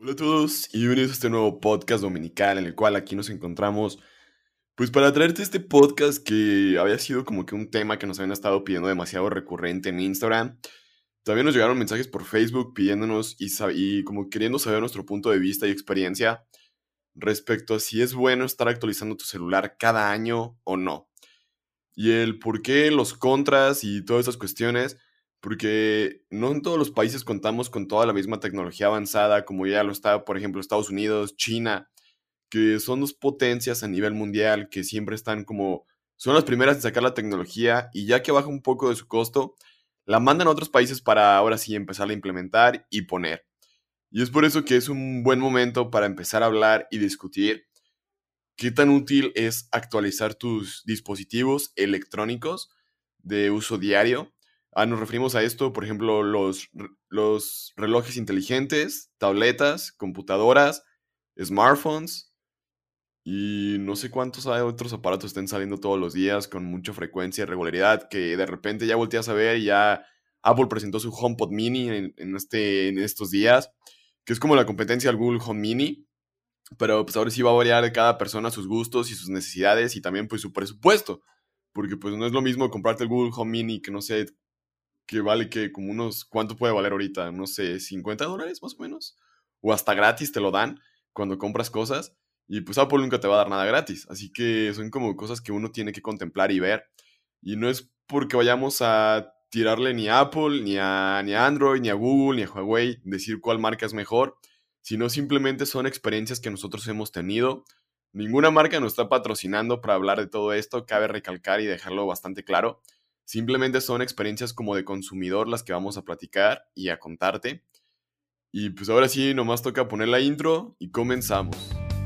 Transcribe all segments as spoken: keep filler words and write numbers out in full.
Hola a todos y bienvenidos a este nuevo podcast dominical en el cual aquí nos encontramos pues para traerte este podcast que había sido como que un tema que nos habían estado pidiendo demasiado recurrente en Instagram. También nos llegaron mensajes por Facebook pidiéndonos y, sab- y como queriendo saber nuestro punto de vista y experiencia respecto a si es bueno estar actualizando tu celular cada año o no. Y el por qué, los contras y todas esas cuestiones, porque no en todos los países contamos con toda la misma tecnología avanzada, como ya lo está, por ejemplo, Estados Unidos, China, que son dos potencias a nivel mundial que siempre están como, son las primeras en sacar la tecnología y ya que baja un poco de su costo, la mandan a otros países para ahora sí empezar a implementar y poner. Y es por eso que es un buen momento para empezar a hablar y discutir qué tan útil es actualizar tus dispositivos electrónicos de uso diario. Ah, nos referimos a esto, por ejemplo, los, los relojes inteligentes, tabletas, computadoras, smartphones y no sé cuántos hay otros aparatos estén saliendo todos los días con mucha frecuencia y regularidad que de repente ya volteas a ver y ya Apple presentó su HomePod Mini en, en este, en estos días, que es como la competencia al Google Home Mini, pero pues ahora sí va a variar de cada persona sus gustos y sus necesidades y también pues su presupuesto. Porque pues no es lo mismo comprarte el Google Home Mini que no sé, que vale que como unos, ¿cuánto puede valer ahorita? No sé, cincuenta dólares más o menos. O hasta gratis te lo dan cuando compras cosas. Y pues Apple nunca te va a dar nada gratis. Así que son como cosas que uno tiene que contemplar y ver. Y no es porque vayamos a tirarle ni a Apple, ni a, ni a Android, ni a Google, ni a Huawei, decir cuál marca es mejor, sino simplemente son experiencias que nosotros hemos tenido. Ninguna marca nos está patrocinando para hablar de todo esto, cabe recalcar y dejarlo bastante claro. Simplemente son experiencias como de consumidor las que vamos a platicar y a contarte. Y pues ahora sí, nomás toca poner la intro y comenzamos.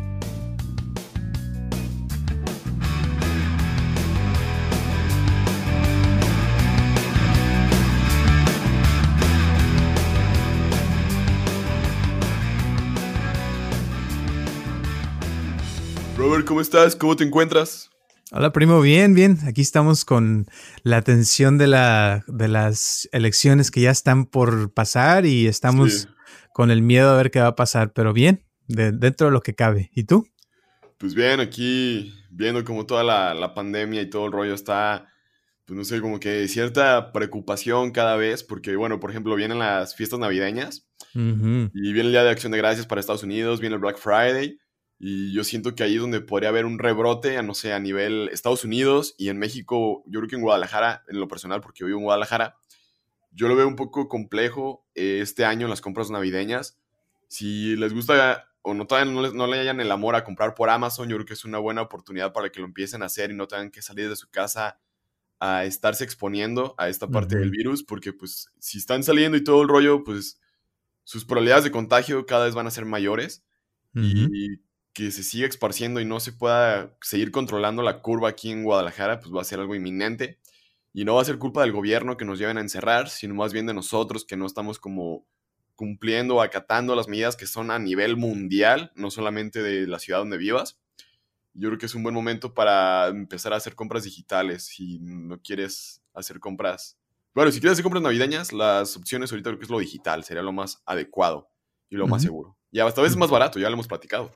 Robert, ¿cómo estás? ¿Cómo te encuentras? Hola primo, bien, bien. Aquí estamos con la tensión de, la, de las elecciones que ya están por pasar y Sí, estamos con el miedo a ver qué va a pasar, pero bien, de, dentro de lo que cabe. ¿Y tú? pues bien, aquí viendo como toda la, la pandemia y todo el rollo está, pues no sé, como que cierta preocupación cada vez, porque bueno, por ejemplo, vienen las fiestas navideñas. Ujú. Y viene el Día de Acción de Gracias para Estados Unidos, viene el Black Friday. Y yo siento que ahí es donde podría haber un rebrote, a no sé, a nivel Estados Unidos y en México, yo creo que en Guadalajara, en lo personal, porque yo vivo en Guadalajara, yo lo veo un poco complejo eh, este año en las compras navideñas. Si les gusta o no, todavía no, les, no le hayan el amor a comprar por Amazon, yo creo que es una buena oportunidad para que lo empiecen a hacer y no tengan que salir de su casa a estarse exponiendo a esta parte del Ujú. virus, porque pues si están saliendo y todo el rollo, pues sus probabilidades de contagio cada vez van a ser mayores Ujú. y que se siga esparciendo y no se pueda seguir controlando la curva aquí en Guadalajara, pues va a ser algo inminente. Y no va a ser culpa del gobierno que nos lleven a encerrar, sino más bien de nosotros que no estamos como cumpliendo o acatando las medidas que son a nivel mundial, no solamente de la ciudad donde vivas. Yo creo que es un buen momento para empezar a hacer compras digitales si no quieres hacer compras. Bueno, si quieres hacer compras navideñas, las opciones ahorita creo que es lo digital, sería lo más adecuado y lo más Ujú. seguro. Y hasta a veces más barato, ya lo hemos platicado.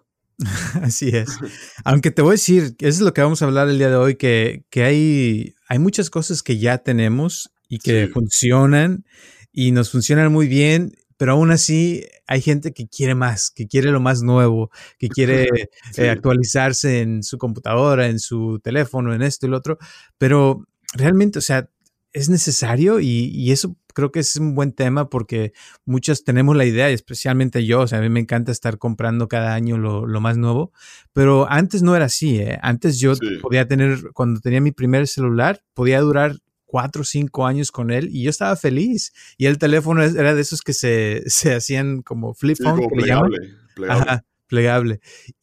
Así es. Aunque te voy a decir, eso es lo que vamos a hablar el día de hoy, que, que hay, hay muchas cosas que ya tenemos y que Sí, funcionan y nos funcionan muy bien, pero aún así hay gente que quiere más, que quiere lo más nuevo, que quiere eh, sí, actualizarse en su computadora, en su teléfono, en esto y lo otro, pero realmente, o sea, es necesario y, y eso creo que es un buen tema porque muchos tenemos la idea, y especialmente yo, o sea, a mí me encanta estar comprando cada año lo, lo más nuevo, pero antes no era así, ¿eh? Antes yo sí. podía tener, cuando tenía mi primer celular, podía durar cuatro o cinco años con él y yo estaba feliz. Y el teléfono era de esos que se, se hacían como flip Sí, phone, como que le llaman. plegable, plegable. Ajá, plegable.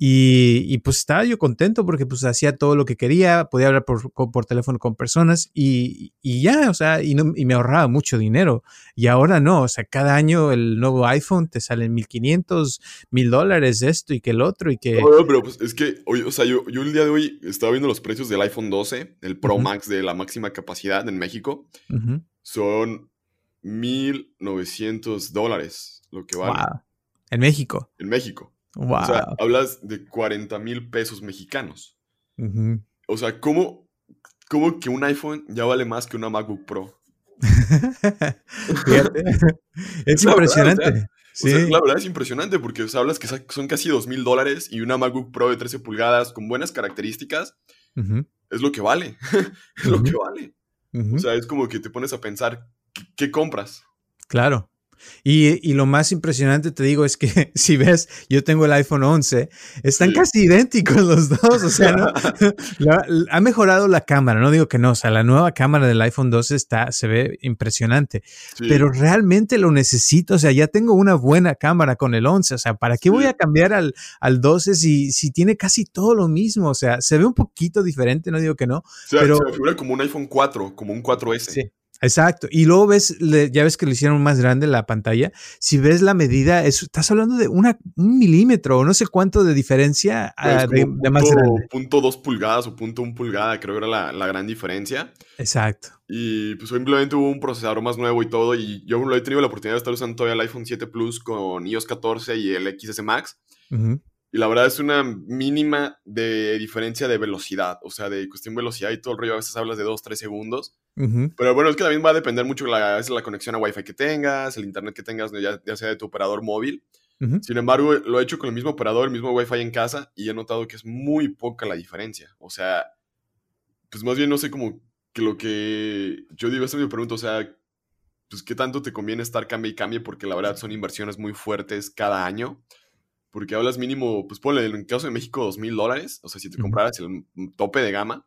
Y, y pues estaba yo contento porque pues hacía todo lo que quería, podía hablar por, por teléfono con personas y, y ya, o sea, y, no, y me ahorraba mucho dinero. Y ahora no, o sea, cada año el nuevo iPhone te salen mil quinientos, mil dólares, esto y que el otro y que... No, no, pero pues es que, hoy, o sea, yo, yo el día de hoy estaba viendo los precios del iPhone doce, el Pro Ujú, Max de la máxima capacidad en México. ujú. Son mil novecientos dólares lo que vale. Wow. En México. En México. Wow. O sea, hablas de cuarenta mil pesos mexicanos. Uh-huh. O sea, ¿cómo, ¿cómo que un iPhone ya vale más que una MacBook Pro? Fíjate. Es la impresionante. Verdad, o sea, sí. O sea, la verdad es impresionante porque o sea, hablas que son casi dos mil dólares y una MacBook Pro de trece pulgadas con buenas características uh-huh. es lo que vale. es uh-huh. lo que vale. Uh-huh. O sea, es como que te pones a pensar, ¿qué, qué compras? Claro. Y, y lo más impresionante, te digo, es que si ves, yo tengo el iPhone once, están sí. casi idénticos los dos, o sea, ¿no? la, la, ha mejorado la cámara, no digo que no, o sea, la nueva cámara del iPhone doce está, se ve impresionante, sí. pero realmente lo necesito, o sea, ya tengo una buena cámara con el once, o sea, ¿para qué sí. voy a cambiar al, al doce si, si tiene casi todo lo mismo? O sea, se ve un poquito diferente, no digo que no, o sea, pero... Se me figura como un iPhone cuatro, como un cuatro ese. Sí. Exacto. Y luego ves, ya ves que lo hicieron más grande la pantalla. Si ves la medida, es, estás hablando de una, un milímetro o no sé cuánto de diferencia pues uh, de, punto, de más grande. Punto dos pulgadas o punto un pulgada, creo que era la, la gran diferencia. Exacto. Y pues simplemente hubo un procesador más nuevo y todo. Y yo lo he tenido la oportunidad de estar usando todavía el iPhone siete Plus con iOS catorce y el X S Max. Uh-huh. Y la verdad es una mínima de diferencia de velocidad. O sea, de cuestión de velocidad y todo el rollo. A veces hablas de dos, tres segundos. Uh-huh. Pero bueno, es que también va a depender mucho la, la conexión a Wi-Fi que tengas, el internet que tengas, ya, ya sea de tu operador móvil. Uh-huh. Sin embargo, lo he hecho con el mismo operador, el mismo Wi-Fi en casa, y he notado que es muy poca la diferencia. O sea, pues más bien no sé cómo que lo que yo digo, esta me pregunto, o sea, pues qué tanto te conviene estar cambie y cambie, porque la verdad son inversiones muy fuertes cada año. Porque hablas mínimo, pues ponle, en el caso de México, dos mil dólares. O sea, si te uh-huh. compraras el tope de gama.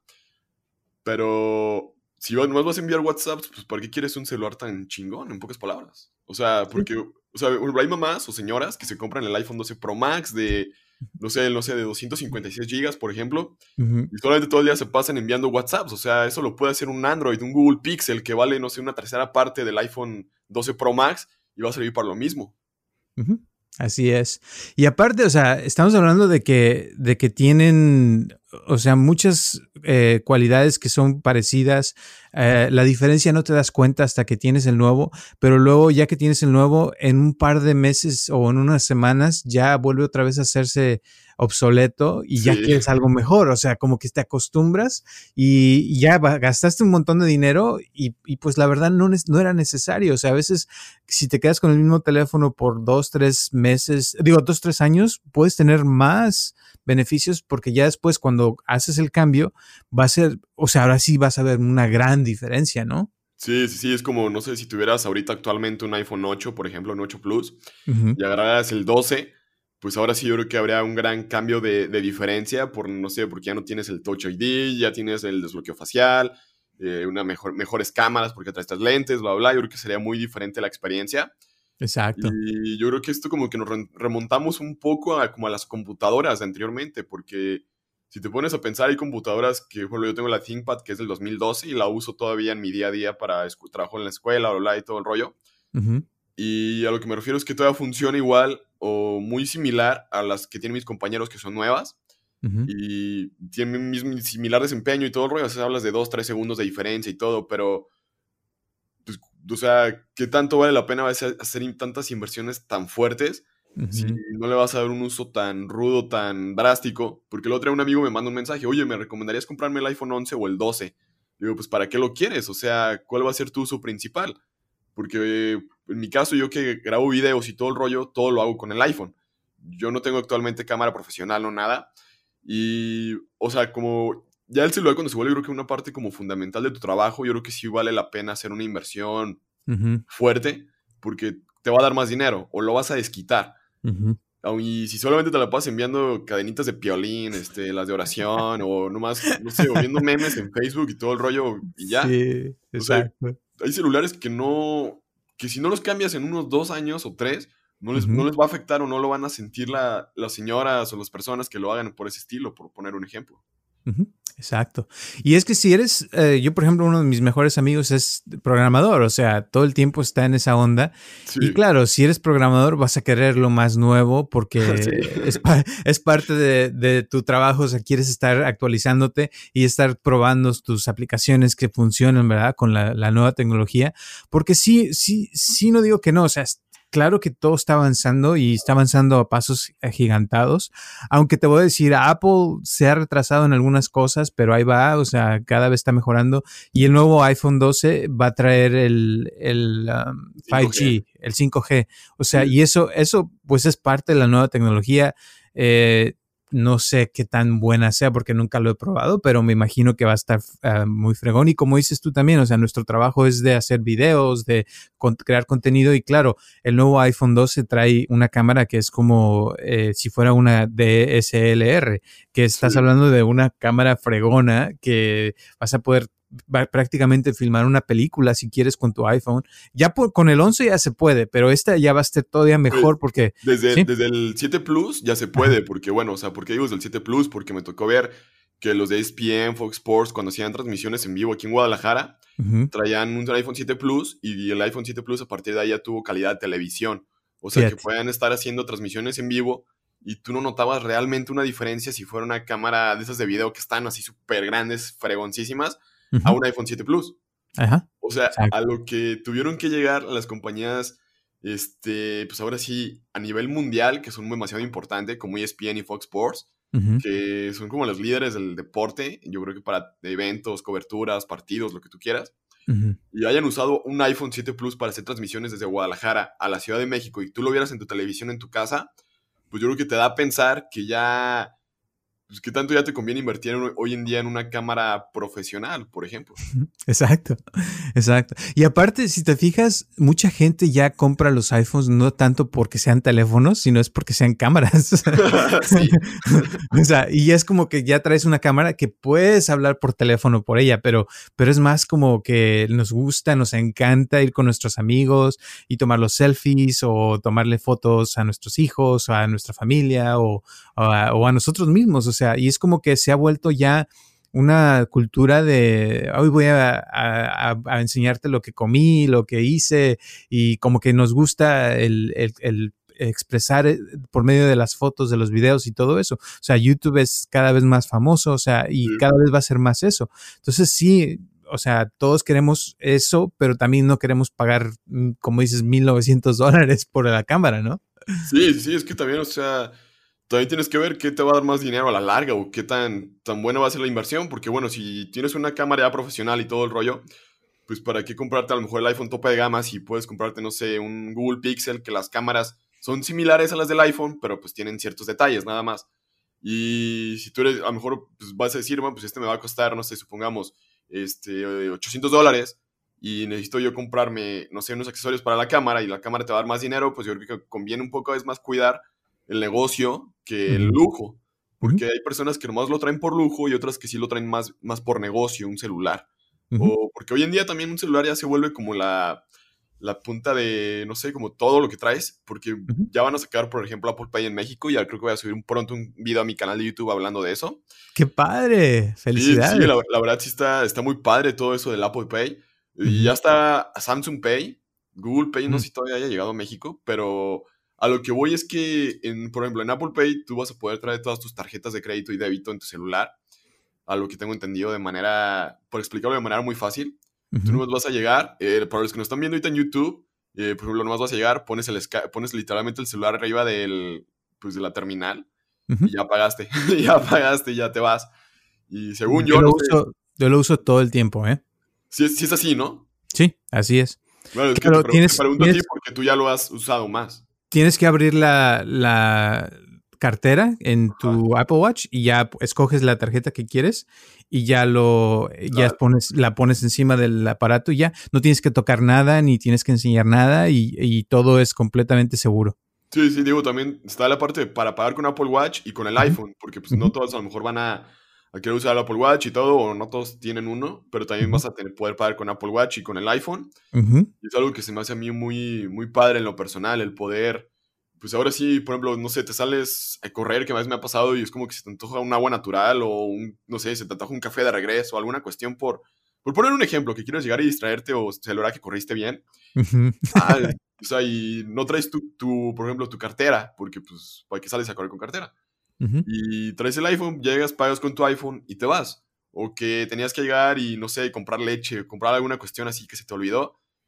Pero si nomás vas a enviar WhatsApp, pues ¿para qué quieres un celular tan chingón? En pocas palabras. O sea, porque, o sea, hay mamás o señoras que se compran el iPhone doce Pro Max de, no sé, no sé, de doscientos cincuenta y seis gigas, por ejemplo. Uh-huh. Y solamente todo el día se pasan enviando WhatsApps. O sea, eso lo puede hacer un Android, un Google Pixel, que vale, no sé, una tercera parte del iPhone doce Pro Max y va a servir para lo mismo. Uh-huh. Así es. Y aparte, o sea, estamos hablando de que, de que tienen, o sea, muchas eh, cualidades que son parecidas. Eh, la diferencia no te das cuenta hasta que tienes el nuevo, pero luego ya que tienes el nuevo, en un par de meses o en unas semanas ya vuelve otra vez a hacerse obsoleto y sí. ya quieres algo mejor. O sea, como que te acostumbras y, y ya gastaste un montón de dinero y, y pues la verdad no, no era necesario. O sea, a veces si te quedas con el mismo teléfono por dos, tres meses, digo, dos, tres años, puedes tener más beneficios porque ya después cuando haces el cambio va a ser, o sea, ahora sí vas a ver una gran diferencia, ¿no? Sí, sí, sí, es como, no sé, si tuvieras ahorita actualmente un iPhone ocho, por ejemplo, un ocho Plus, uh-huh. y agarraras el doce, pues ahora sí yo creo que habría un gran cambio de, de diferencia, por, no sé, porque ya no tienes el Touch I D, ya tienes el desbloqueo facial, eh, una mejor, mejores cámaras porque traes estas lentes, bla, bla, yo creo que sería muy diferente la experiencia. Exacto. Y yo creo que esto como que nos remontamos un poco a, como a las computadoras de anteriormente, porque si te pones a pensar, hay computadoras que, por ejemplo, yo tengo la ThinkPad que es del dos mil doce y la uso todavía en mi día a día para escu- trabajo en la escuela, bla, bla, y todo el rollo. Uh-huh. Y a lo que me refiero es que todavía funciona igual o muy similar a las que tienen mis compañeros que son nuevas. Uh-huh. Y tienen mismo similar desempeño y todo el rollo. A veces hablas de dos, tres segundos de diferencia y todo, pero... Pues, o sea, ¿qué tanto vale la pena hacer tantas inversiones tan fuertes uh-huh. si no le vas a dar un uso tan rudo, tan drástico? Porque el otro día un amigo me manda un mensaje, oye, ¿me recomendarías comprarme el iPhone once o el doce? Le digo, pues, ¿para qué lo quieres? O sea, ¿cuál va a ser tu uso principal? Porque eh, en mi caso, yo que grabo videos y todo el rollo, todo lo hago con el iPhone. Yo no tengo actualmente cámara profesional o nada. Y, o sea, como... Ya el celular cuando se vuelve, yo creo que una parte como fundamental de tu trabajo, yo creo que sí vale la pena hacer una inversión uh-huh. fuerte, porque te va a dar más dinero, o lo vas a desquitar. Uh-huh. Y si solamente te la pasas enviando cadenitas de Piolín, este, las de oración, o nomás, no sé, o viendo memes en Facebook y todo el rollo, y ya. Sí, exacto. O sea, hay celulares que no, que si no los cambias en unos dos años o tres, no les, uh-huh. no les va a afectar o no lo van a sentir la, las señoras o las personas que lo hagan por ese estilo, por poner un ejemplo. Uh-huh. Exacto. Y es que si eres, eh, yo por ejemplo, uno de mis mejores amigos es programador, o sea, todo el tiempo está en esa onda. Sí. Y claro, si eres programador vas a querer lo más nuevo porque sí. es, pa- es parte de, de tu trabajo, o sea, quieres estar actualizándote y estar probando tus aplicaciones que funcionan, ¿verdad? Con la, la nueva tecnología. Porque sí, sí, sí no digo que no, o sea, claro que todo está avanzando y está avanzando a pasos agigantados, aunque te voy a decir, Apple se ha retrasado en algunas cosas, pero ahí va, o sea, cada vez está mejorando y el nuevo iPhone doce va a traer el, el um, cinco G, el cinco G, o sea, sí. y eso, eso pues es parte de la nueva tecnología. Eh, no sé qué tan buena sea porque nunca lo he probado, pero me imagino que va a estar uh, muy fregón. Y como dices tú también, o sea, nuestro trabajo es de hacer videos, de con- crear contenido. Y claro, el nuevo iPhone doce trae una cámara que es como eh, si fuera una D S L R, que estás sí. hablando de una cámara fregona que vas a poder va prácticamente filmar una película si quieres con tu iPhone. Ya por, con el once ya se puede, pero esta ya va a ser todavía mejor pues, porque... Desde, ¿sí? desde el siete Plus ya se puede, Ajá. porque bueno, o sea, ¿por qué digo desde el siete Plus? Porque me tocó ver que los de E S P N, Fox Sports, cuando hacían transmisiones en vivo aquí en Guadalajara, uh-huh. traían un iPhone siete Plus y el iPhone siete Plus a partir de ahí ya tuvo calidad de televisión. O sea, Fíjate. que puedan estar haciendo transmisiones en vivo y tú no notabas realmente una diferencia si fuera una cámara de esas de video que están así súper grandes, fregoncísimas, uh-huh. a un iPhone siete Plus. Ajá. O sea, Exacto. a lo que tuvieron que llegar las compañías, este, pues ahora sí, a nivel mundial, que son demasiado importantes, como E S P N y Fox Sports, uh-huh. que son como los líderes del deporte, yo creo que para eventos, coberturas, partidos, lo que tú quieras, uh-huh. y hayan usado un iPhone siete Plus para hacer transmisiones desde Guadalajara a la Ciudad de México y tú lo vieras en tu televisión en tu casa, pues yo creo que te da a pensar que ya... Pues, ¿qué tanto ya te conviene invertir en, hoy en día en una cámara profesional, por ejemplo? Exacto, exacto. Y aparte, si te fijas, mucha gente ya compra los iPhones no tanto porque sean teléfonos, sino es porque sean cámaras. Sí. O sea, y es como que ya traes una cámara que puedes hablar por teléfono por ella, pero, pero es más como que nos gusta, nos encanta ir con nuestros amigos y tomar los selfies o tomarle fotos a nuestros hijos o a nuestra familia o, o, a, o a nosotros mismos. O sea, y es como que se ha vuelto ya una cultura de hoy voy a, a, a enseñarte lo que comí, lo que hice, y como que nos gusta el, el, el expresar por medio de las fotos, de los videos y todo eso. O sea, YouTube es cada vez más famoso, o sea, y sí. cada vez va a ser más eso. Entonces sí, o sea, todos queremos eso, pero también no queremos pagar, como dices, mil novecientos dólares por la cámara, ¿no? Sí, sí, es que también, o sea, también tienes que ver qué te va a dar más dinero a la larga o qué tan, tan buena va a ser la inversión, porque bueno, si tienes una cámara ya profesional y todo el rollo, pues para qué comprarte a lo mejor el iPhone tope de gama si puedes comprarte, no sé, un Google Pixel, que las cámaras son similares a las del iPhone, pero pues tienen ciertos detalles nada más. Y si tú eres, a lo mejor pues vas a decir, bueno, pues este me va a costar, no sé, supongamos, este, ochocientos dólares y necesito yo comprarme, no sé, unos accesorios para la cámara y la cámara te va a dar más dinero, pues yo creo que conviene un poco es más cuidar el negocio que el lujo, porque uh-huh. hay personas que nomás lo traen por lujo y otras que sí lo traen más, más por negocio, un celular. Uh-huh. O porque hoy en día también un celular ya se vuelve como la, la punta de, no sé, como todo lo que traes, porque uh-huh. ya van a sacar, por ejemplo, Apple Pay en México y ya creo que voy a subir un, pronto un video a mi canal de YouTube hablando de eso. ¡Qué padre! ¡Felicidades! Sí, sí la, la verdad sí está, está muy padre todo eso del Apple Pay. Uh-huh. Y ya está Samsung Pay, Google Pay, uh-huh. no sé si todavía haya llegado a México, pero... A lo que voy es que, en, por ejemplo, en Apple Pay tú vas a poder traer todas tus tarjetas de crédito y débito en tu celular, a lo que tengo entendido de manera, por explicarlo de manera muy fácil. Uh-huh. Tú nomás vas a llegar, eh, para los que nos están viendo ahorita en YouTube, eh, por ejemplo, nomás vas a llegar, pones, el, pones literalmente el celular arriba del, pues, de la terminal uh-huh. y ya pagaste, ya pagaste, ya te vas. Y según yo, yo, yo lo no uso, sé. Yo lo uso todo el tiempo, ¿eh? Sí, sí es así, ¿no? Sí, así es. Bueno, es claro, que te, tienes, te pregunto tienes... a ti porque tú ya lo has usado más. Tienes que abrir la, la cartera en tu Ajá. Apple Watch y ya escoges la tarjeta que quieres y ya lo ya claro. pones, la pones encima del aparato y ya no tienes que tocar nada ni tienes que enseñar nada y, y todo es completamente seguro. Sí, sí, digo, también está la parte de para pagar con Apple Watch y con el uh-huh. iPhone, porque pues uh-huh. no todos a lo mejor van a, a querer usar el Apple Watch y todo, o no todos tienen uno, pero también uh-huh. vas a tener, poder pagar con Apple Watch y con el iPhone. Uh-huh. Y es algo que se me hace a mí muy, muy padre en lo personal, el poder, pues ahora sí, por ejemplo, no sé, te sales a correr, que a veces me ha pasado y es como que se te antoja un agua natural o un, no sé, se te antoja un café de regreso o alguna cuestión por, por poner un ejemplo, que quieres llegar y distraerte o celebrar que corriste bien. Uh-huh. Ah, o sea, y no traes tu, tu, por ejemplo, tu cartera, porque pues, ¿para qué sales a correr con cartera? Uh-huh. Y traes el iPhone, llegas, pagas con tu iPhone y te vas. O que tenías que llegar y, no sé, comprar leche, comprar alguna cuestión así que se te olvidó.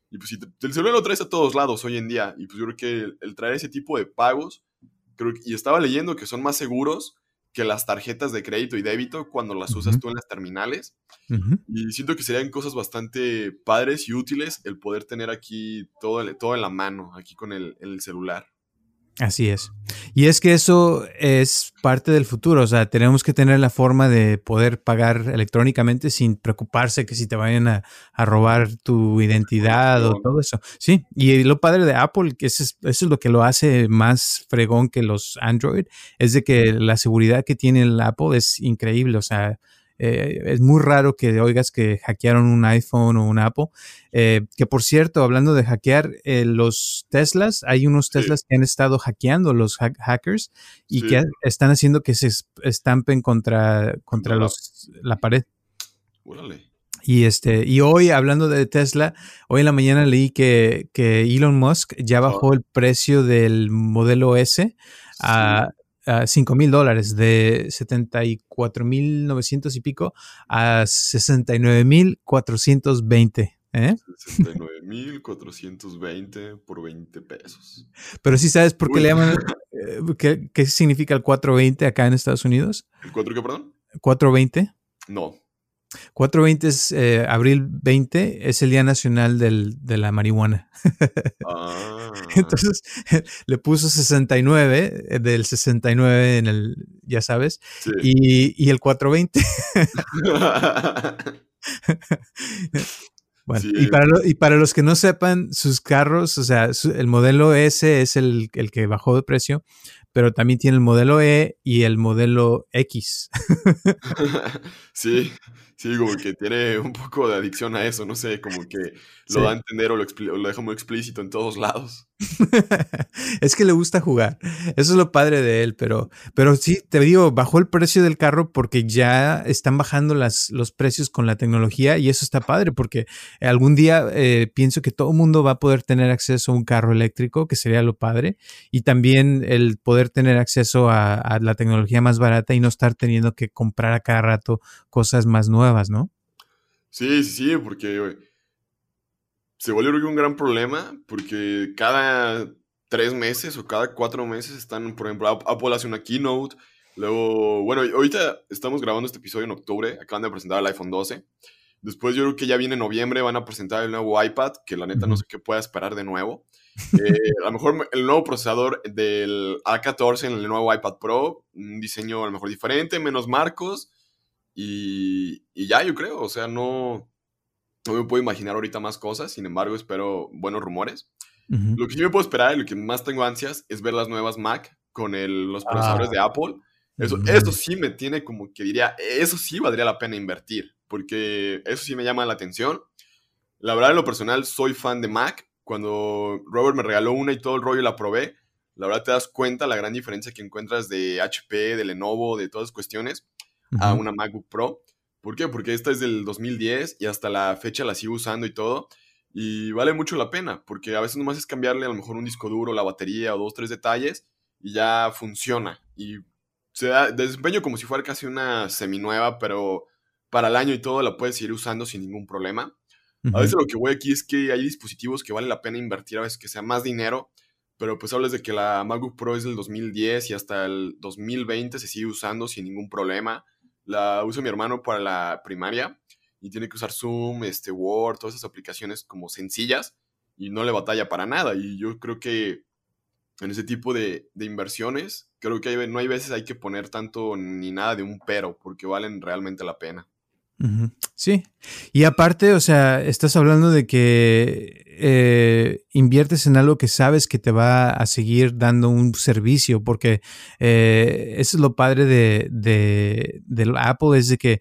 Y pues si te, el celular lo traes a todos lados hoy en día. Y pues yo creo que el, el traer ese tipo de pagos, creo que, y estaba leyendo que son más seguros que las tarjetas de crédito y débito cuando las usas Uh-huh. tú en las terminales. Uh-huh. Y siento que serían cosas bastante padres y útiles el poder tener aquí todo, todo en la mano, aquí con el, el celular. Así es. Y es que eso es parte del futuro. O sea, tenemos que tener la forma de poder pagar electrónicamente sin preocuparse que si te vayan a, a robar tu identidad o todo eso. Sí. Y lo padre de Apple, que eso es, eso es lo que lo hace más fregón que los Android, es de que la seguridad que tiene el Apple es increíble. O sea, Eh, es muy raro que oigas que hackearon un iPhone o un Apple. Eh, que por cierto, hablando de hackear, eh, los Teslas, hay unos Teslas sí. que han estado hackeando los ha- hackers y sí. que están haciendo que se estampen contra, contra los, la pared. Órale. Y este, y hoy, hablando de Tesla, hoy en la mañana leí que, que Elon Musk ya bajó oh. el precio del modelo S a, sí. a cinco mil dólares, de setenta y cuatro mil novecientos y pico a sesenta y nueve mil cuatrocientos veinte. ¿Eh? sesenta y nueve mil cuatrocientos veinte por veinte pesos. Pero sí sabes por qué Uy. le llaman, eh, ¿qué, qué significa el cuatrocientos veinte acá en Estados Unidos? ¿El cuatro qué, perdón? ¿cuatrocientos veinte? No. cuatrocientos veinte es eh, abril veinte, es el Día Nacional del, de la Marihuana. Ah. Entonces le puso sesenta y nueve, del sesenta y nueve en el, ya sabes, sí. y, y el cuatrocientos veinte. Bueno, sí. y, para lo, y para los que no sepan, sus carros, o sea, su, el modelo S es el, el que bajó de precio, pero también tiene el modelo E y el modelo X. Sí, sí, como que tiene un poco de adicción a eso, no sé, como que lo sí. da a entender o lo, o lo deja muy explícito en todos lados. Es que le gusta jugar, eso es lo padre de él, pero, pero sí, te digo, bajó el precio del carro porque ya están bajando las, los precios con la tecnología y eso está padre porque algún día eh, pienso que todo el mundo va a poder tener acceso a un carro eléctrico, que sería lo padre, y también el poder tener acceso a, a la tecnología más barata y no estar teniendo que comprar a cada rato cosas más nuevas, ¿no? Sí, sí, sí, porque güey, se vuelve un gran problema porque cada tres meses o cada cuatro meses están, por ejemplo, Apple hace una keynote, luego, bueno, ahorita estamos grabando este episodio en octubre, acaban de presentar el iPhone doce, después yo creo que ya viene en noviembre, van a presentar el nuevo iPad, que la neta uh-huh. no sé qué pueda esperar de nuevo, eh, a lo mejor el nuevo procesador del A catorce en el nuevo iPad Pro, un diseño a lo mejor diferente, menos marcos, y, y ya yo creo, o sea, no... No me puedo imaginar ahorita más cosas, sin embargo, espero buenos rumores. Uh-huh. Lo que sí me puedo esperar y lo que más tengo ansias es ver las nuevas Mac con el, los procesadores ah. de Apple. Eso, uh-huh. eso sí me tiene como que diría, eso sí valdría la pena invertir, porque eso sí me llama la atención. La verdad, en lo personal, soy fan de Mac. Cuando Robert me regaló una y todo el rollo la probé, la verdad te das cuenta la gran diferencia que encuentras de H P, de Lenovo, de todas las cuestiones, uh-huh. a una MacBook Pro. ¿Por qué? Porque esta es del dos mil diez y hasta la fecha la sigo usando y todo. Y vale mucho la pena, porque a veces nomás es cambiarle a lo mejor un disco duro, la batería o dos, tres detalles y ya funciona. Y se da desempeño como si fuera casi una seminueva, pero para el año y todo la puedes seguir usando sin ningún problema. Uh-huh. A veces lo que voy aquí es que hay dispositivos que vale la pena invertir, a veces que sea más dinero, pero pues hablas de que la MacBook Pro es del dos mil diez y hasta el dos mil veinte se sigue usando sin ningún problema. La usa mi hermano para la primaria y tiene que usar Zoom, este, Word, todas esas aplicaciones como sencillas y no le batalla para nada. Y yo creo que en ese tipo de, de inversiones, creo que hay, no hay veces hay que poner tanto ni nada de un pero, porque valen realmente la pena. Uh-huh. Sí, y aparte, o sea, estás hablando de que eh, inviertes en algo que sabes que te va a seguir dando un servicio, porque eh, eso es lo padre de, de, de Apple, es de que,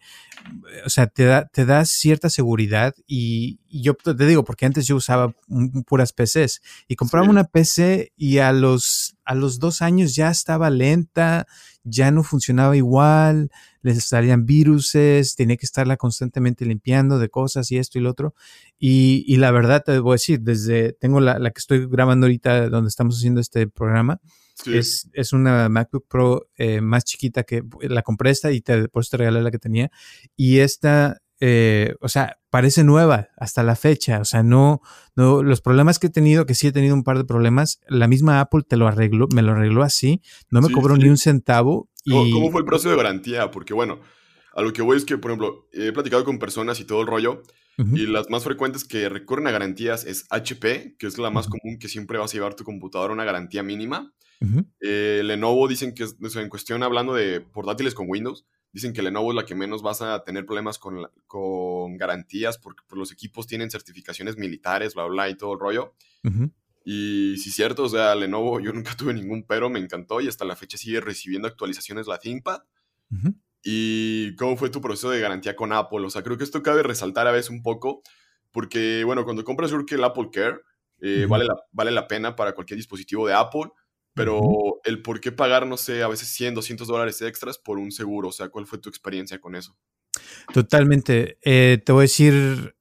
o sea, te da, te da cierta seguridad y, y yo te digo, porque antes yo usaba un, puras P Cs y compraba sí. una P C y a los, a los dos años ya estaba lenta, ya no funcionaba igual, les salían viruses, tenía que estarla constantemente limpiando de cosas y esto y lo otro. Y, y la verdad te voy a decir, desde, tengo la, la que estoy grabando ahorita donde estamos haciendo este programa, sí. es, es una MacBook Pro eh, más chiquita que la compré esta y te, por eso te regalé la que tenía. Y esta eh, o sea, parece nueva hasta la fecha. O sea, no, no, los problemas que he tenido, que sí he tenido un par de problemas, la misma Apple te lo arregló, me lo arregló así, no me Sí, cobró sí. ni un centavo. ¿Cómo, cómo Y fue el proceso de garantía? Porque bueno, a lo que voy es que, por ejemplo, he platicado con personas y todo el rollo, uh-huh, y las más frecuentes que recurren a garantías es H P, que es la más uh-huh, común, que siempre vas a llevar tu computadora a una garantía mínima. uh-huh. Eh, Lenovo dicen que, es, o sea, en cuestión hablando de portátiles con Windows, dicen que Lenovo es la que menos vas a tener problemas con, la- con garantías, porque pues, los equipos tienen certificaciones militares, bla, bla, y todo el rollo. Uh-huh. Y sí, cierto, o sea, Lenovo yo nunca tuve ningún pero, me encantó y hasta la fecha sigue recibiendo actualizaciones la ThinkPad. Uh-huh. ¿Y cómo fue tu proceso de garantía con Apple? O sea, creo que esto cabe resaltar a veces un poco, porque, bueno, cuando compras, yo creo que el Apple Care eh, Uh-huh. vale, la, vale la pena para cualquier dispositivo de Apple, pero Uh-huh. el por qué pagar, no sé, a veces cien, doscientos dólares extras por un seguro, o sea, ¿cuál fue tu experiencia con eso? Totalmente. Eh, te voy a decir,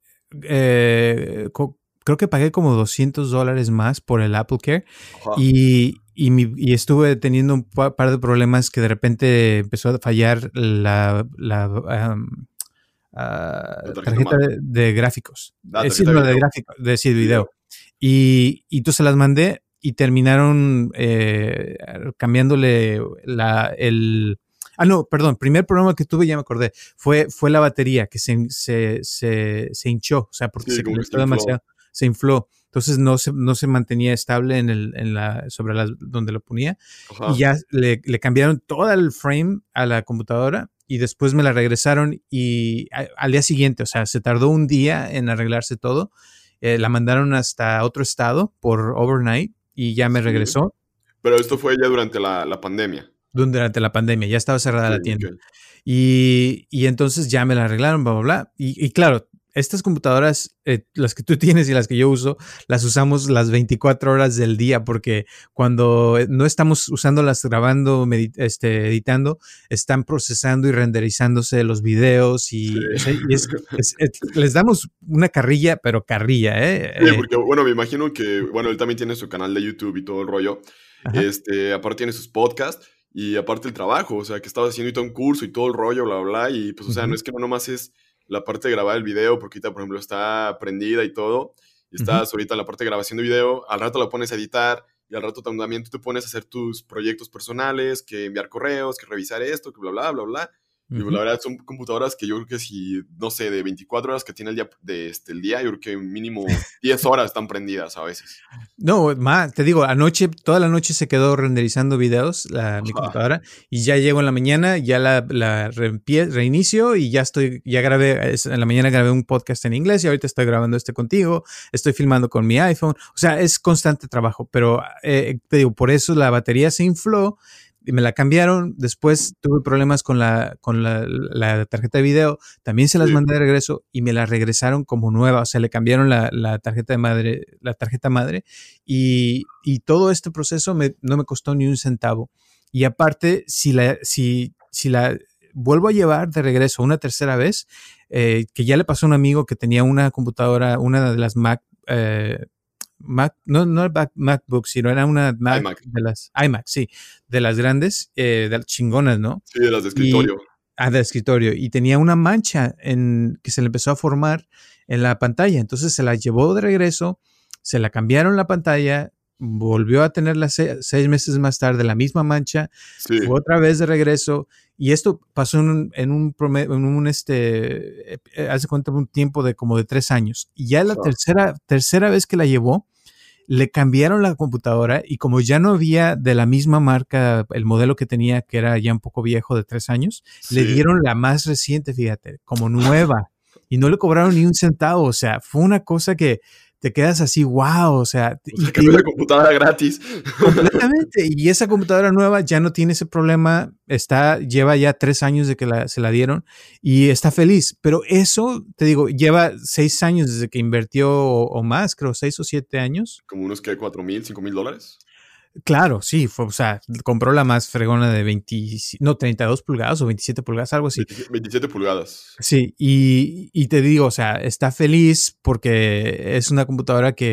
eh, co- creo que pagué como doscientos dólares más por el Apple Care Ajá. y, y, mi- y estuve teniendo un pa- par de problemas que de repente empezó a fallar la, la, um, ah, La tarjeta tarjeta madre. de, de gráficos. La Es decir, tarjeta de no, de video. gráficos, de decir, Video. video. Y, y entonces las mandé y terminaron eh, cambiándole la, el... Ah, no, perdón, primer problema que tuve, ya me acordé, fue, fue la batería que se, se, se, se hinchó, o sea, porque Sí, se como que se calentó infló. demasiado, se infló. Entonces no se, no se mantenía estable en el, en la, sobre las, donde lo ponía. Y Ajá. ya le, le cambiaron todo el frame a la computadora y después me la regresaron y a, al día siguiente, o sea, se tardó un día en arreglarse todo. Eh, la mandaron hasta otro estado por overnight y ya me Sí. regresó Pero esto fue ya durante la, la pandemia. durante la pandemia, ya estaba Ok, cerrada la ok. tienda. Y, y entonces ya me la arreglaron, bla, bla, bla. Y, y claro, estas computadoras, eh, las que tú tienes y las que yo uso, las usamos las veinticuatro horas del día porque cuando no estamos usándolas grabando, este, editando, están procesando y renderizándose los videos Sí. y, o sea, y es, es, es, les damos una carrilla, pero carrilla, ¿eh? Sí, eh porque, bueno, me imagino que, bueno, él también tiene su canal de YouTube y todo el rollo. ajá. Este, aparte tiene sus podcasts y aparte el trabajo, o sea, que estaba haciendo y todo un curso y todo el rollo, bla, bla, y pues, o sea, no Uh-huh. es que no nomás es la parte de grabar el video, porque ahorita, por ejemplo, está prendida y todo, y Uh-huh. estás ahorita en la parte de grabación de video, al rato la pones a editar, y al rato también tú te pones a hacer tus proyectos personales, que enviar correos, que revisar esto, que bla, bla, bla, bla. Y pues, Uh-huh. la verdad son computadoras que yo creo que si, no sé, de veinticuatro horas que tiene el día, de este, el día, yo creo que mínimo diez horas están prendidas a veces. No, más, te digo, anoche, toda la noche se quedó renderizando videos la, mi Ajá. computadora y ya llego en la mañana, ya la, la reimpie- reinicio y ya estoy, ya grabé, en la mañana grabé un podcast en inglés y ahorita estoy grabando este contigo, estoy filmando con mi iPhone, o sea, es constante trabajo, pero eh, te digo, por eso la batería se infló y me la cambiaron, después tuve problemas con la, con la, la tarjeta de video, también se las Sí. mandé de regreso y me la regresaron como nueva, o sea, le cambiaron la, la tarjeta de madre, la tarjeta madre y, y todo este proceso me, no me costó ni un centavo. Y aparte, si la, si, si la vuelvo a llevar de regreso una tercera vez, eh, que ya le pasó a un amigo que tenía una computadora, una de las Mac, eh, Mac, no, no Mac, MacBook, sino era una Mac iMac. de las iMac, sí, de las grandes, eh, de las chingonas, ¿no? Sí, de las de Y, escritorio. ah, de escritorio, y tenía una mancha en, que se le empezó a formar en la pantalla, entonces se la llevó de regreso, se la cambiaron la pantalla, volvió a tenerla se, seis meses más tarde, la misma mancha, Sí. fue otra vez de regreso, y esto pasó en un, en un, promedio, en un este, eh, hace cuenta un tiempo de como de tres años, y ya la Ajá. tercera, tercera vez que la llevó, le cambiaron la computadora y como ya no había de la misma marca el modelo que tenía, que era ya un poco viejo de tres años, Sí. le dieron la más reciente, fíjate, como nueva y no le cobraron ni un centavo. O sea, fue una cosa que te quedas así, wow, o sea, O sea, y cambió la computadora gratis. completamente. Y esa computadora nueva ya no tiene ese problema. Está, lleva ya tres años de que la, se la dieron y está feliz. Pero eso, te digo, lleva seis años desde que invirtió o, o más, creo, seis o siete años. Como unos que cuatro mil, cinco mil dólares. Claro, sí, fue, o sea, compró la más fregona de veinte, no, treinta y dos pulgadas o veintisiete pulgadas, algo así. veintisiete pulgadas. Sí, y, y te digo, o sea, está feliz porque es una computadora que,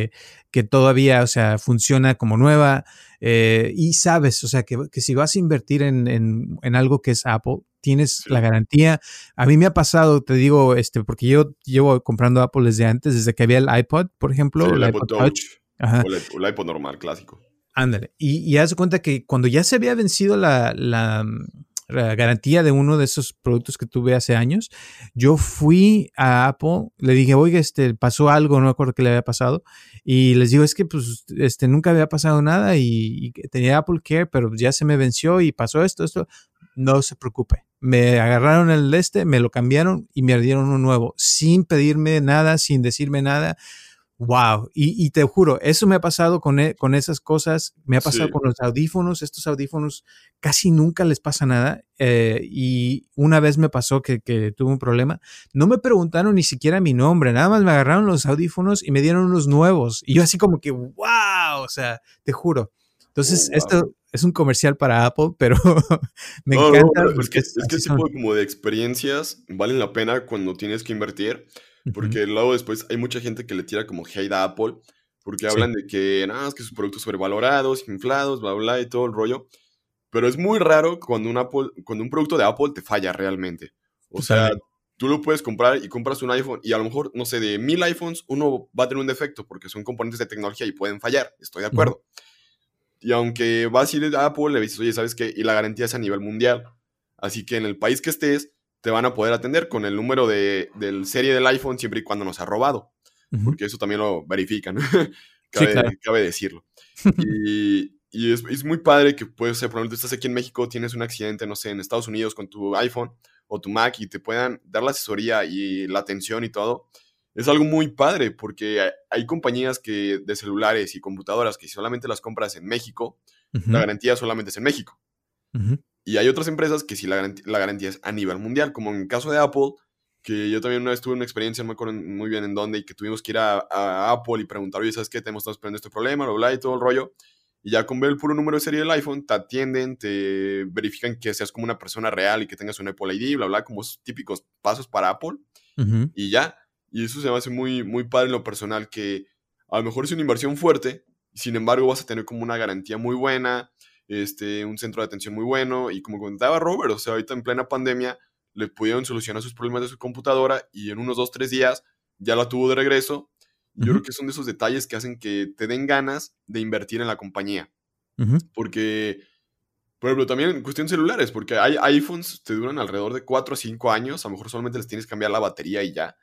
que todavía, o sea, funciona como nueva, eh, y sabes, o sea, que, que si vas a invertir en, en, en algo que es Apple, tienes Sí. la garantía. A mí me ha pasado, te digo, este, porque yo llevo comprando Apple desde antes, desde que había el iPod, por ejemplo, Sí, el el iPod iPod Touch. Touch. Ajá. O el, o el iPod normal, clásico. Ándale. Y, y haz de cuenta que cuando ya se había vencido la, la, la garantía de uno de esos productos que tuve hace años, yo fui a Apple, le dije, oiga, este, pasó algo, no me acuerdo qué le había pasado, y les digo, es que pues este, nunca había pasado nada y, y tenía Apple Care, pero ya se me venció y pasó esto, esto. No se preocupe. Me agarraron el este, me lo cambiaron y me dieron uno nuevo, sin pedirme nada, sin decirme nada. Wow, y, y te juro, eso me ha pasado con, e, con esas cosas, me ha pasado Sí. con los audífonos, estos audífonos casi nunca les pasa nada, eh, y una vez me pasó que, que tuve un problema, no me preguntaron ni siquiera mi nombre, nada más me agarraron los audífonos y me dieron unos nuevos, y yo así como que wow, o sea, te juro. Entonces, Oh, wow. esto es un comercial para Apple, pero me No, encanta no, pero es porque que, es, es que así ese tipo son. de, como de experiencias valen la pena cuando tienes que invertir, Ujú. porque luego después hay mucha gente que le tira como hate a Apple, porque Sí, hablan de que, nada, es que sus productos sobrevalorados, inflados, bla, bla, y todo el rollo. Pero es muy raro cuando un, Apple, cuando un producto de Apple te falla realmente. O sea, totalmente. tú lo puedes comprar y compras un iPhone y a lo mejor, no sé, de mil iPhones, uno va a tener un defecto porque son componentes de tecnología y pueden fallar. Estoy de Ujú. acuerdo. Y aunque vas a ir a Apple, le dices, oye, ¿sabes qué? Y la garantía es a nivel mundial. Así que en el país que estés, te van a poder atender con el número de, del serie del iPhone siempre y cuando no se ha robado. Ujú. Porque eso también lo verifican. Sí, claro. cabe, cabe decirlo. Y, y es, es muy padre que puedes ser, por ejemplo, tú estás aquí en México, tienes un accidente, no sé, en Estados Unidos con tu iPhone o tu Mac y te puedan dar la asesoría y la atención y todo. Es algo muy padre porque hay, hay compañías que, de celulares y computadoras que si solamente las compras en México, la Ujú. garantía solamente es en México. Ujú. Y hay otras empresas que sí la garantía, la garantía es a nivel mundial, como en el caso de Apple, que yo también una vez tuve una experiencia, no me acuerdo muy bien en dónde, y que tuvimos que ir a, a Apple y preguntar, oye, ¿sabes qué? Tenemos estamos esperando este problema, bla, bla, y todo el rollo. Y ya con ver el puro número de serie del iPhone, te atienden, te verifican que seas como una persona real y que tengas un Apple I D, bla, bla, como esos típicos pasos para Apple, Ujú. y ya. Y eso se me hace muy, muy padre en lo personal, que a lo mejor es una inversión fuerte, sin embargo vas a tener como una garantía muy buena, este, un centro de atención muy bueno, y como comentaba Robert, o sea, ahorita en plena pandemia le pudieron solucionar sus problemas de su computadora y en unos dos, tres días ya la tuvo de regreso. Y yo Ujú. creo que son de esos detalles que hacen que te den ganas de invertir en la compañía. Ujú. Porque, por ejemplo, también en cuestión de celulares, porque hay iPhones te duran alrededor de cuatro o cinco años, a lo mejor solamente les tienes que cambiar la batería y ya,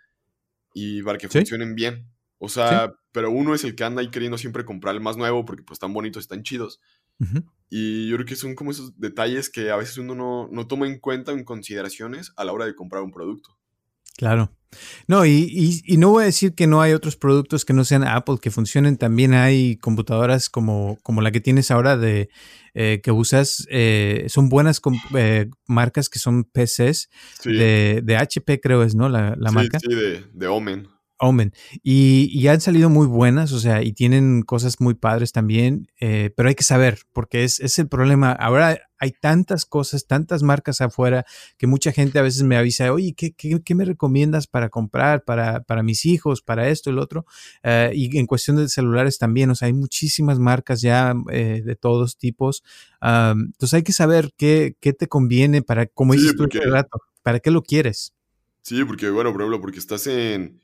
y para que Sí, funcionen bien. O sí. sea, pero uno es el que anda ahí queriendo siempre comprar el más nuevo porque pues están bonitos, están chidos. Ujú. Y yo creo que son como esos detalles que a veces uno no, no toma en cuenta en consideraciones a la hora de comprar un producto. Claro. No, y, y, y no voy a decir que no hay otros productos que no sean Apple que funcionen. También hay computadoras como, como la que tienes ahora de eh, que usas. Eh, son buenas com- eh, marcas que son P Cs Sí, de, de H P, creo es, ¿no? La, la sí, marca. sí, de, de Omen. Omen. Y, y han salido muy buenas, o sea, y tienen cosas muy padres también, eh, pero hay que saber, porque es, es el problema. Ahora hay tantas cosas, tantas marcas afuera, que mucha gente a veces me avisa, oye, ¿qué, qué, qué me recomiendas para comprar, para, para mis hijos, para esto y lo otro? Uh, y en cuestión de celulares también, o sea, hay muchísimas marcas ya eh, de todos tipos. Um, entonces hay que saber qué, qué te conviene para, como Sí, dices tú porque, hace rato, ¿para qué lo quieres? sí, porque, bueno, por ejemplo, porque estás en,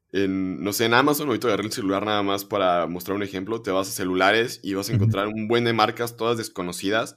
en, no sé, en Amazon, ahorita agarré el celular nada más para mostrar un ejemplo, te vas a celulares y vas a Uh -huh, encontrar un buen de marcas, todas desconocidas,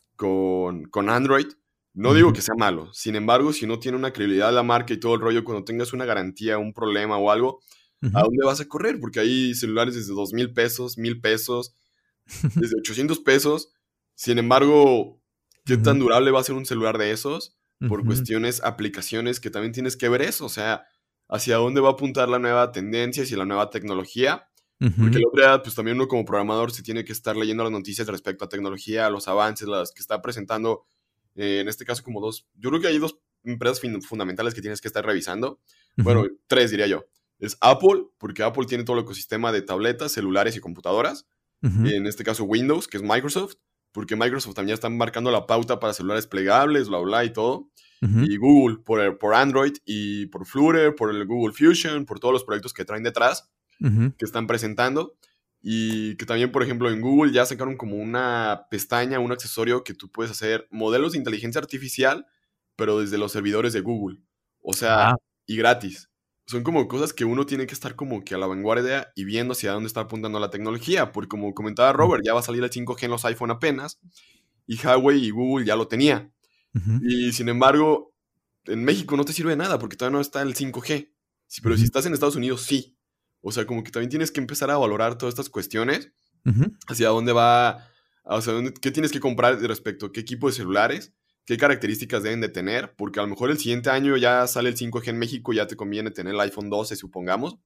con, con Android. No uh digo -huh, que sea malo, sin embargo, si no tiene una credibilidad la marca y todo el rollo, cuando tengas una garantía, un problema o algo, uh ¿a -huh. dónde vas a correr? Porque hay celulares desde dos mil pesos, mil pesos, desde ochocientos pesos. Sin embargo, ¿qué tan Ujú, durable va a ser un celular de esos? Por ujú, cuestiones, aplicaciones que también tienes que ver eso. O sea, hacia dónde va a apuntar la nueva tendencia y la nueva tecnología. Porque ujú, la otra, pues también uno como programador se tiene que estar leyendo las noticias respecto a tecnología, a los avances, las que está presentando, eh, en este caso como dos, yo creo que hay dos empresas fundamentales que tienes que estar revisando. Bueno, ujú, tres diría yo. Es Apple, porque Apple tiene todo el ecosistema de tabletas, celulares y computadoras. ujú, En este caso Windows, que es Microsoft, porque Microsoft también está marcando la pauta para celulares plegables, bla, bla, y todo. ujú, Y Google por, por Android y por Flutter, por el Google Fusion, por todos los proyectos que traen detrás, ujú. que están presentando. Y que también, por ejemplo, en Google ya sacaron como una pestaña, un accesorio que tú puedes hacer modelos de inteligencia artificial, pero desde los servidores de Google. O sea, Ah, y gratis. Son como cosas que uno tiene que estar como que a la vanguardia y viendo hacia dónde está apuntando la tecnología. Porque como comentaba Robert, ya va a salir el cinco G en los iPhone apenas. Y Huawei y Google ya lo tenía. ujú, Y sin embargo, en México no te sirve de nada porque todavía no está el cinco G. Sí, pero si ujú, estás en Estados Unidos, sí. O sea, como que también tienes que empezar a valorar todas estas cuestiones, ujú, hacia dónde va, o sea, dónde, qué tienes que comprar respecto a qué equipo de celulares, qué características deben de tener, porque a lo mejor el siguiente año ya sale el cinco G en México, ya te conviene tener el iPhone doce, supongamos.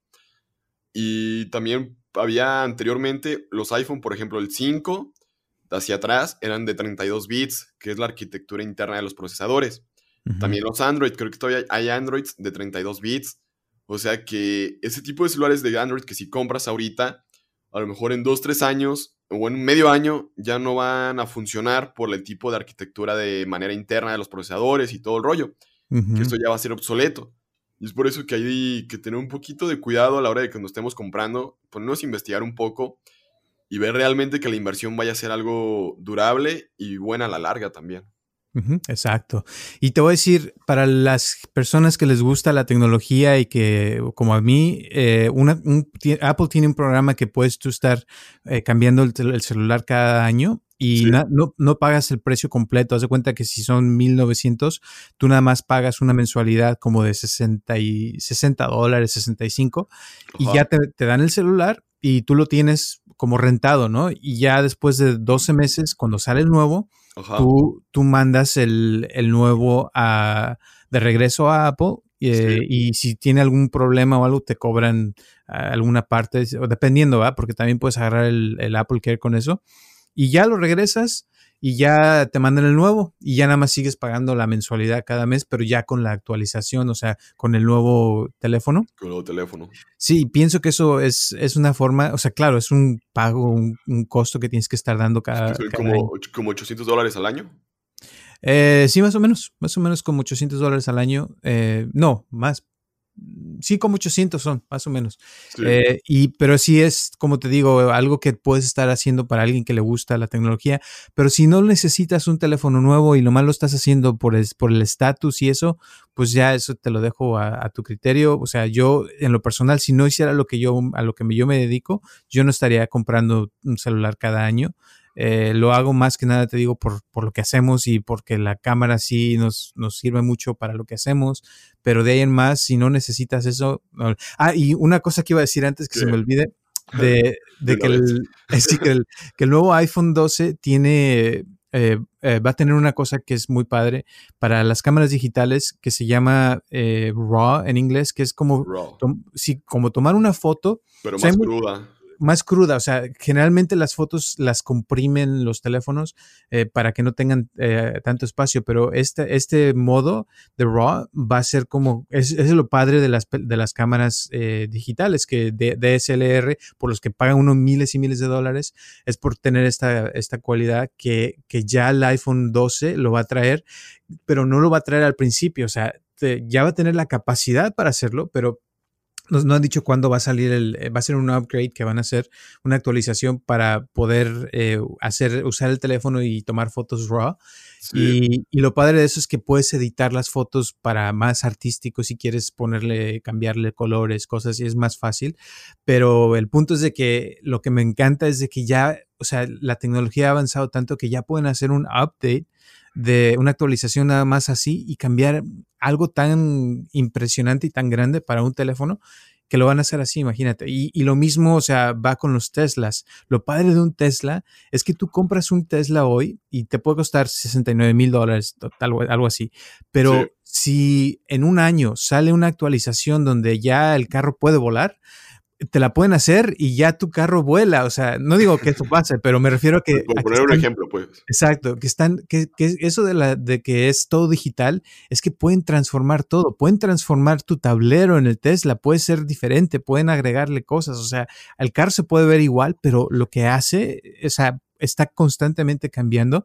Y también había anteriormente los iPhone, por ejemplo, el cinco hacia atrás eran de treinta y dos bits, que es la arquitectura interna de los procesadores. ujú, También los Android, creo que todavía hay Androids de treinta y dos bits. O sea que ese tipo de celulares de Android que si compras ahorita, a lo mejor en dos, tres años o en medio año ya no van a funcionar por el tipo de arquitectura de manera interna de los procesadores y todo el rollo, que ujú. esto ya va a ser obsoleto. Y es por eso que hay que tener un poquito de cuidado a la hora de que nos estemos comprando, ponernos a investigar un poco y ver realmente que la inversión vaya a ser algo durable y buena a la larga también. Ujú, exacto. Y te voy a decir, para las personas que les gusta la tecnología y que, como a mí, eh, una, un, ti- Apple tiene un programa que puedes tú estar eh, cambiando el, tel- el celular cada año y Sí, na- no, no pagas el precio completo. Haz de cuenta que si son mil novecientos, tú nada más pagas una mensualidad como de sesenta y, sesenta dólares, sesenta y cinco, y ya ajá, te, te dan el celular y tú lo tienes como rentado, ¿no? Y ya después de doce meses, cuando sale el nuevo, ajá, tú, tú mandas el, el nuevo a, de regreso a Apple, sí, eh, y si tiene algún problema o algo, te cobran ah, alguna parte, o dependiendo, ¿va? Porque también puedes agarrar el, el Apple Care con eso. Y ya lo regresas y ya te mandan el nuevo y ya nada más sigues pagando la mensualidad cada mes, pero ya con la actualización, o sea, con el nuevo teléfono. con el teléfono. Sí, pienso que eso es, es una forma, o sea, claro, es un pago, un, un costo que tienes que estar dando Que cada, son cada como, año. och- como ochocientos dólares al año. Eh, sí, más o menos, más o menos como ochocientos dólares al año. Eh, no, más. Sí, como ochocientos son, más o menos. Sí, Eh, y, pero sí es, como te digo, algo que puedes estar haciendo para alguien que le gusta la tecnología. Pero si no necesitas un teléfono nuevo y lo más lo estás haciendo por el, por el estatus y eso, pues ya eso te lo dejo a, a tu criterio. O sea, yo en lo personal, si no hiciera lo que yo, a lo que me- yo me dedico, yo no estaría comprando un celular cada año. Eh, lo hago más que nada, te digo, por, por lo que hacemos y porque la cámara sí nos, nos sirve mucho para lo que hacemos, pero de ahí en más, si no necesitas eso. No. Ah, y una cosa que iba a decir antes que se me que olvide, de, de de una que, vez. el, sí, que, el, que el nuevo iPhone doce tiene, eh, eh, va a tener una cosa que es muy padre para las cámaras digitales que se llama eh, RAW en inglés, que es como, Raw, tom, sí, como tomar una foto. O pero sea, hay más mu- cruda. más cruda, o sea, generalmente las fotos las comprimen los teléfonos eh, para que no tengan eh, tanto espacio, pero este, este modo de RAW va a ser como, es, es lo padre de las, de las cámaras eh, digitales, que de, D S L R, por los que pagan unos miles y miles de dólares, es por tener esta, esta cualidad que, que ya el iPhone doce lo va a traer, pero no lo va a traer al principio, o sea, te, ya va a tener la capacidad para hacerlo, pero no, no han dicho cuándo va a salir el, va a ser un upgrade que van a hacer, una actualización para poder eh, hacer, usar el teléfono y tomar fotos RAW. Sí, Y, y, lo padre de eso es que puedes editar las fotos para más artístico si quieres ponerle, cambiarle colores, cosas, y es más fácil. Pero el punto es de que lo que me encanta es de que ya, o sea, la tecnología ha avanzado tanto que ya pueden hacer un update de una actualización nada más así y cambiar algo tan impresionante y tan grande para un teléfono que lo van a hacer así, imagínate. Y, y lo mismo, o sea, va con los Teslas. Lo padre de un Tesla es que tú compras un Tesla hoy y te puede costar sesenta y nueve mil dólares, algo, algo así. sí. Pero si en un año sale una actualización donde ya el carro puede volar, te la pueden hacer y ya tu carro vuela. O sea, no digo que eso pase, pero me refiero a Pues que, por a que poner un están. ejemplo, pues. Exacto, que están, que, que eso de la, de que es todo digital, es que pueden transformar todo, pueden transformar tu tablero en el Tesla, puede ser diferente, pueden agregarle cosas, o sea, el carro se puede ver igual, pero lo que hace, o sea, está constantemente cambiando.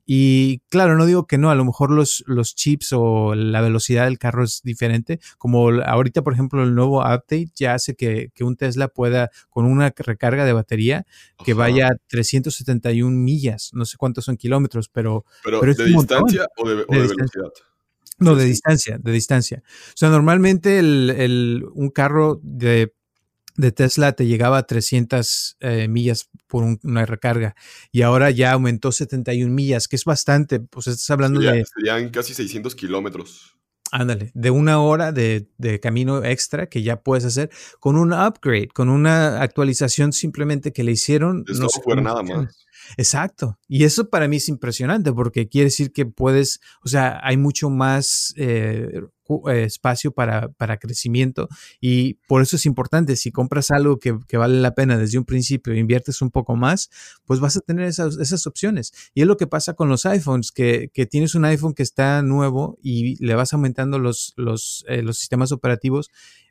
Y claro, no digo que no, a lo mejor los, los chips o la velocidad del carro es diferente. Como ahorita, por ejemplo, el nuevo update ya hace que, que un Tesla pueda, con una recarga de batería, que Ajá. vaya a trescientos setenta y una millas. No sé cuántos son kilómetros, pero, ¿Pero pero es de un montón. distancia o de, o De de distancia. velocidad? No, Sí, de sí. distancia, de distancia. O sea, normalmente el, el, un carro de, de Tesla te llegaba a trescientas eh, millas por un, una recarga y ahora ya aumentó setenta y una millas, que es bastante. Pues estás hablando Sería, de, serían casi seiscientos kilómetros. ándale, de una hora de, de camino extra que ya puedes hacer con un upgrade, con una actualización simplemente que le hicieron, De no sé software cómo nada funciona. más. Exacto. Y eso para mí es impresionante porque quiere decir que puedes, o sea, hay mucho más eh, cu- eh, espacio para, para crecimiento y por eso es importante. Si compras algo que, que vale la pena desde un principio e inviertes un poco más, pues vas a tener esas, esas opciones. Y es lo que pasa con los iPhones, que, que tienes un iPhone que está nuevo y le vas aumentando los, los, eh, los sistemas operativos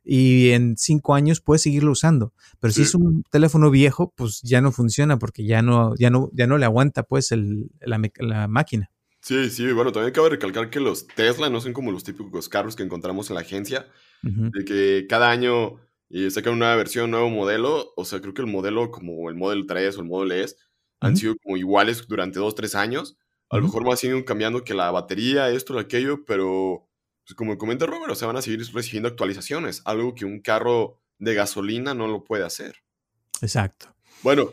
y en cinco años puedes seguirlo usando. Pero si Sí. es un teléfono viejo, pues ya no funciona porque ya no, ya no, ya no le aguanta pues el, la, me- la máquina. Sí, sí, bueno, también cabe recalcar que los Tesla no son como los típicos carros que encontramos en la agencia, Ujú, de que cada año eh, sacan una nueva versión, un nuevo modelo. O sea, creo que el modelo como el Model tres o el Model S han ujú, sido como iguales durante dos, tres años. A lo ujú. mejor más siguen cambiando que la batería, esto, aquello, pero pues como comenta Robert, o sea, van a seguir recibiendo actualizaciones, algo que un carro de gasolina no lo puede hacer. Exacto. Bueno,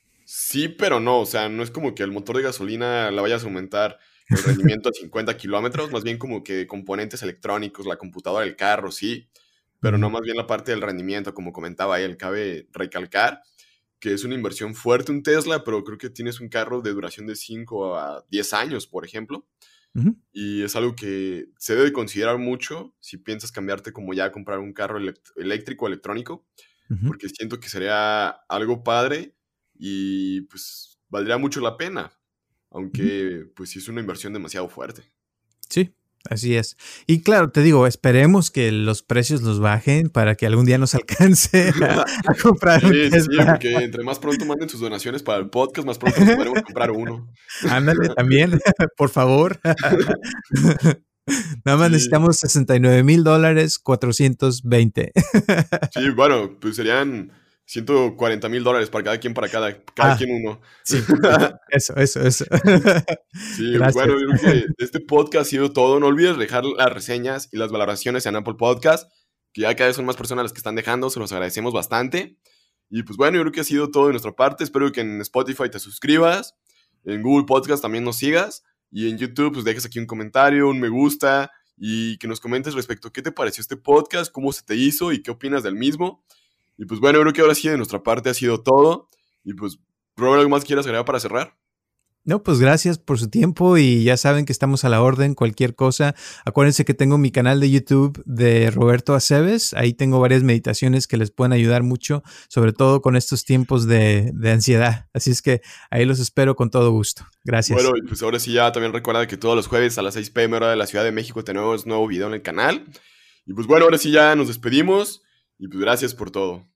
sí, pero no, o sea, no es como que el motor de gasolina la vayas a aumentar el rendimiento a cincuenta kilómetros, más bien como que componentes electrónicos, la computadora del carro, sí, pero no Ujú, más bien la parte del rendimiento, como comentaba él. Cabe recalcar que es una inversión fuerte un Tesla, pero creo que tienes un carro de duración de cinco a diez años, por ejemplo, ujú, y es algo que se debe considerar mucho si piensas cambiarte como ya a comprar un carro elect- eléctrico o electrónico, ujú, porque siento que sería algo padre y pues valdría mucho la pena, ujú. aunque pues sí es una inversión demasiado fuerte. Sí, así es. Y claro, te digo, esperemos que los precios los bajen para que algún día nos alcance a, a comprar un Sí, sí, sí, Tesla. porque entre más pronto manden sus donaciones para el podcast, más pronto nos podremos comprar uno. Ándale, también, por favor. Nada más Sí, necesitamos sesenta y nueve mil dólares, cuatrocientos veinte. sí, bueno, pues serían ciento cuarenta mil dólares para cada quien, para cada, cada Ah, quien uno. sí, sí, eso, eso, eso. Sí, bueno, Gracias. yo creo que este podcast ha sido todo. No olvides dejar las reseñas y las valoraciones en Apple Podcast, que ya cada vez son más personas las que están dejando, se los agradecemos bastante. Y pues bueno, yo creo que ha sido todo de nuestra parte. Espero que en Spotify te suscribas, en Google Podcast también nos sigas, y en YouTube pues dejes aquí un comentario, un me gusta, y que nos comentes respecto a qué te pareció este podcast, cómo se te hizo y qué opinas del mismo. Y pues bueno, yo creo que ahora sí de nuestra parte ha sido todo. Y pues, Robert, ¿algo más quieras agregar para cerrar? No, pues gracias por su tiempo y ya saben que estamos a la orden, cualquier cosa. Acuérdense que tengo mi canal de YouTube de Roberto Aceves. Ahí tengo varias meditaciones que les pueden ayudar mucho, sobre todo con estos tiempos de, de ansiedad. Así es que ahí los espero con todo gusto. Bueno, Gracias. y pues ahora sí ya también recuerda que todos los jueves a las seis p m hora de la Ciudad de México tenemos nuevo video en el canal. Y pues bueno, ahora sí ya nos despedimos y pues gracias por todo.